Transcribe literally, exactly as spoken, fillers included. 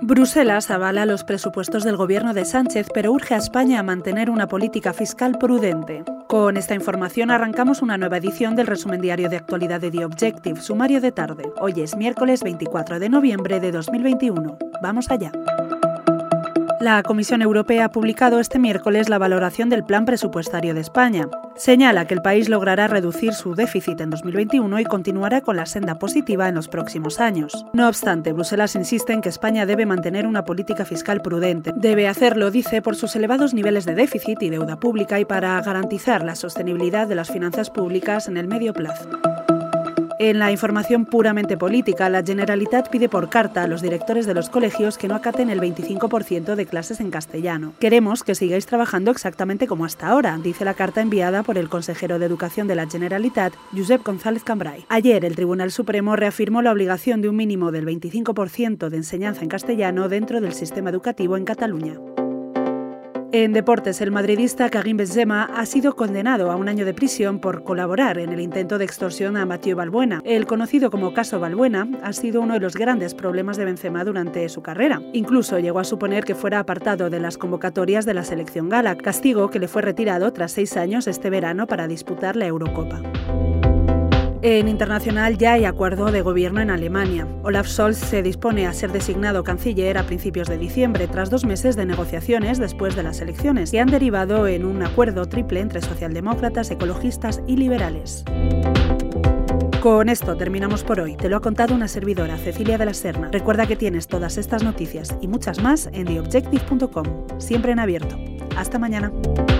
Bruselas avala los presupuestos del gobierno de Sánchez, pero urge a España a mantener una política fiscal prudente. Con esta información arrancamos una nueva edición del resumen diario de actualidad de The Objective, sumario de tarde. Hoy es miércoles veinticuatro de noviembre de dos mil veintiuno. Vamos allá. La Comisión Europea ha publicado este miércoles la valoración del plan presupuestario de España. Señala que el país logrará reducir su déficit en dos mil veintiuno y continuará con la senda positiva en los próximos años. No obstante, Bruselas insiste en que España debe mantener una política fiscal prudente. Debe hacerlo, dice, por sus elevados niveles de déficit y deuda pública y para garantizar la sostenibilidad de las finanzas públicas en el medio plazo. En la información puramente política, la Generalitat pide por carta a los directores de los colegios que no acaten el veinticinco por ciento de clases en castellano. Queremos que sigáis trabajando exactamente como hasta ahora, dice la carta enviada por el consejero de Educación de la Generalitat, Josep González Cambray. Ayer, el Tribunal Supremo reafirmó la obligación de un mínimo del veinticinco por ciento de enseñanza en castellano dentro del sistema educativo en Cataluña. En deportes, el madridista Karim Benzema ha sido condenado a un año de prisión por colaborar en el intento de extorsión a Mathieu Valbuena. El conocido como caso Valbuena ha sido uno de los grandes problemas de Benzema durante su carrera. Incluso llegó a suponer que fuera apartado de las convocatorias de la selección gala, castigo que le fue retirado tras seis años este verano para disputar la Eurocopa. En internacional ya hay acuerdo de gobierno en Alemania. Olaf Scholz se dispone a ser designado canciller a principios de diciembre, tras dos meses de negociaciones después de las elecciones, que han derivado en un acuerdo triple entre socialdemócratas, ecologistas y liberales. Con esto terminamos por hoy. Te lo ha contado una servidora, Cecilia de la Serna. Recuerda que tienes todas estas noticias y muchas más en the objective punto com, siempre en abierto. Hasta mañana.